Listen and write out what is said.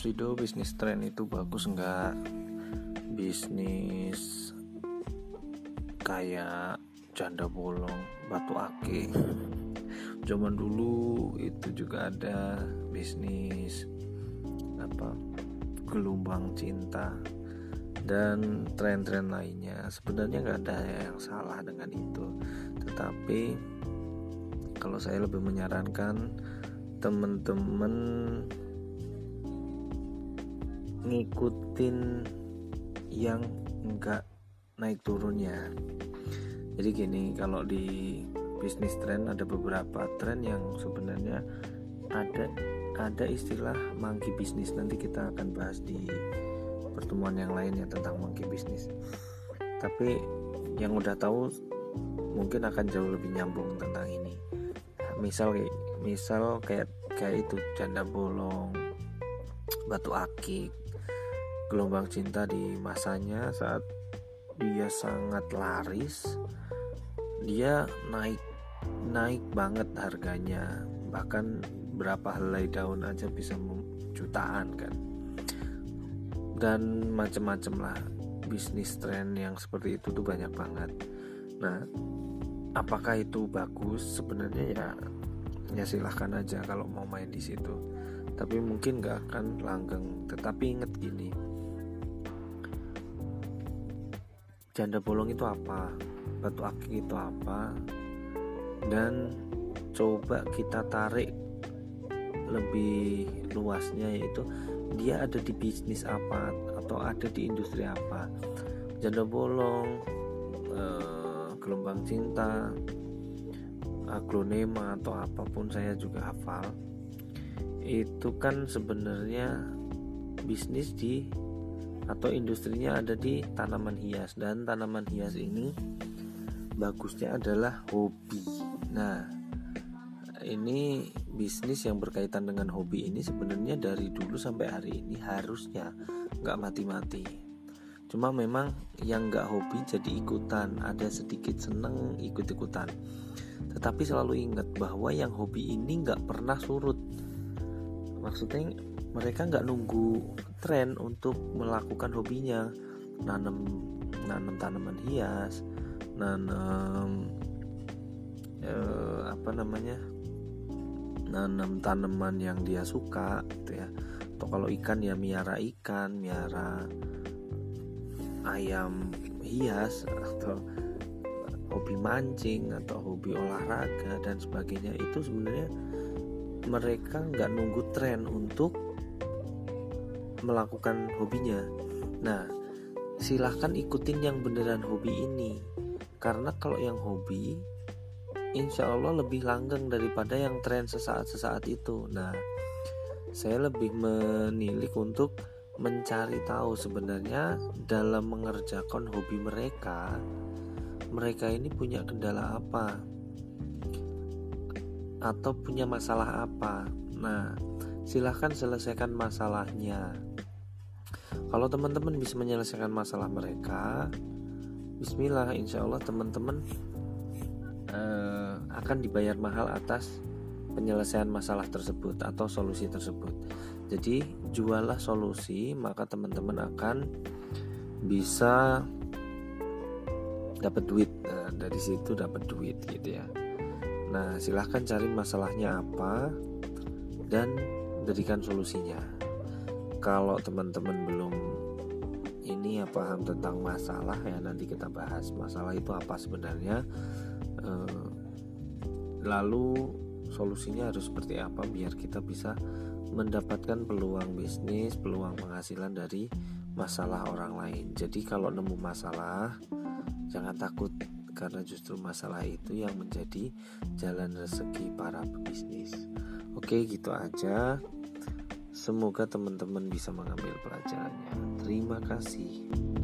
Mas Rido, bisnis tren itu bagus enggak? Bisnis kayak janda bolong, batu ake. Zaman dulu itu juga ada bisnis gelombang cinta dan tren-tren lainnya. Sebenarnya nggak ada yang salah dengan itu, tetapi kalau saya lebih menyarankan teman-teman ngikutin yang enggak naik turunnya. Jadi gini, kalau di bisnis tren ada beberapa tren yang sebenarnya ada istilah monkey business. Nanti kita akan bahas di pertemuan yang lain ya tentang monkey business. Tapi yang udah tahu mungkin akan jauh lebih nyambung tentang ini. Misal kayak itu janda bolong, batu akik, gelombang cinta di masanya saat dia sangat laris, dia naik banget harganya, bahkan berapa helai daun aja bisa jutaan kan. Dan macam-macam lah bisnis tren yang seperti itu tuh banyak banget. Nah, apakah itu bagus? Sebenarnya ya silahkan aja kalau mau main di situ. Tapi mungkin gak akan langgeng. Tetapi ingat gini, janda bolong itu apa, batu akik itu apa, dan coba kita tarik lebih luasnya, yaitu dia ada di bisnis apa atau ada di industri apa. Janda bolong, gelombang cinta, aglonema atau apapun saya juga hafal. Itu kan sebenarnya bisnis atau industrinya ada di tanaman hias, dan tanaman hias ini bagusnya adalah hobi. Nah, ini bisnis yang berkaitan dengan hobi ini sebenarnya dari dulu sampai hari ini harusnya nggak mati-mati. Cuma memang yang nggak hobi jadi ikutan, ada sedikit seneng ikut-ikutan. Tetapi selalu ingat bahwa yang hobi ini nggak pernah surut. Maksudnya mereka nggak nunggu tren untuk melakukan hobinya, nanam tanaman hias, nanam tanaman yang dia suka gitu ya. Atau kalau ikan ya miara ikan, miara ayam hias, atau hobi mancing atau hobi olahraga dan sebagainya. Itu sebenarnya mereka nggak nunggu tren untuk melakukan hobinya. Nah, silahkan ikutin yang beneran hobi ini, karena kalau yang hobi insya Allah lebih langgeng daripada yang tren sesaat itu. Nah, saya lebih menilik untuk mencari tahu sebenarnya dalam mengerjakan hobi mereka ini punya kendala apa atau punya masalah apa. Nah, silahkan selesaikan masalahnya. Kalau teman-teman bisa menyelesaikan masalah mereka, bismillah, insya Allah teman-teman akan dibayar mahal atas penyelesaian masalah tersebut atau solusi tersebut. Jadi jualah solusi, maka teman-teman akan bisa dapat duit. Nah, dari situ dapat duit gitu ya. Nah, silahkan cari masalahnya apa dan berikan solusinya. Kalau teman-teman belum paham tentang masalah, ya nanti kita bahas masalah itu apa sebenarnya, lalu solusinya harus seperti apa biar kita bisa mendapatkan peluang bisnis, peluang penghasilan dari masalah orang lain. Jadi kalau nemu masalah jangan takut, karena justru masalah itu yang menjadi jalan rezeki para pebisnis. Oke, gitu aja. Semoga teman-teman bisa mengambil pelajarannya. Terima kasih.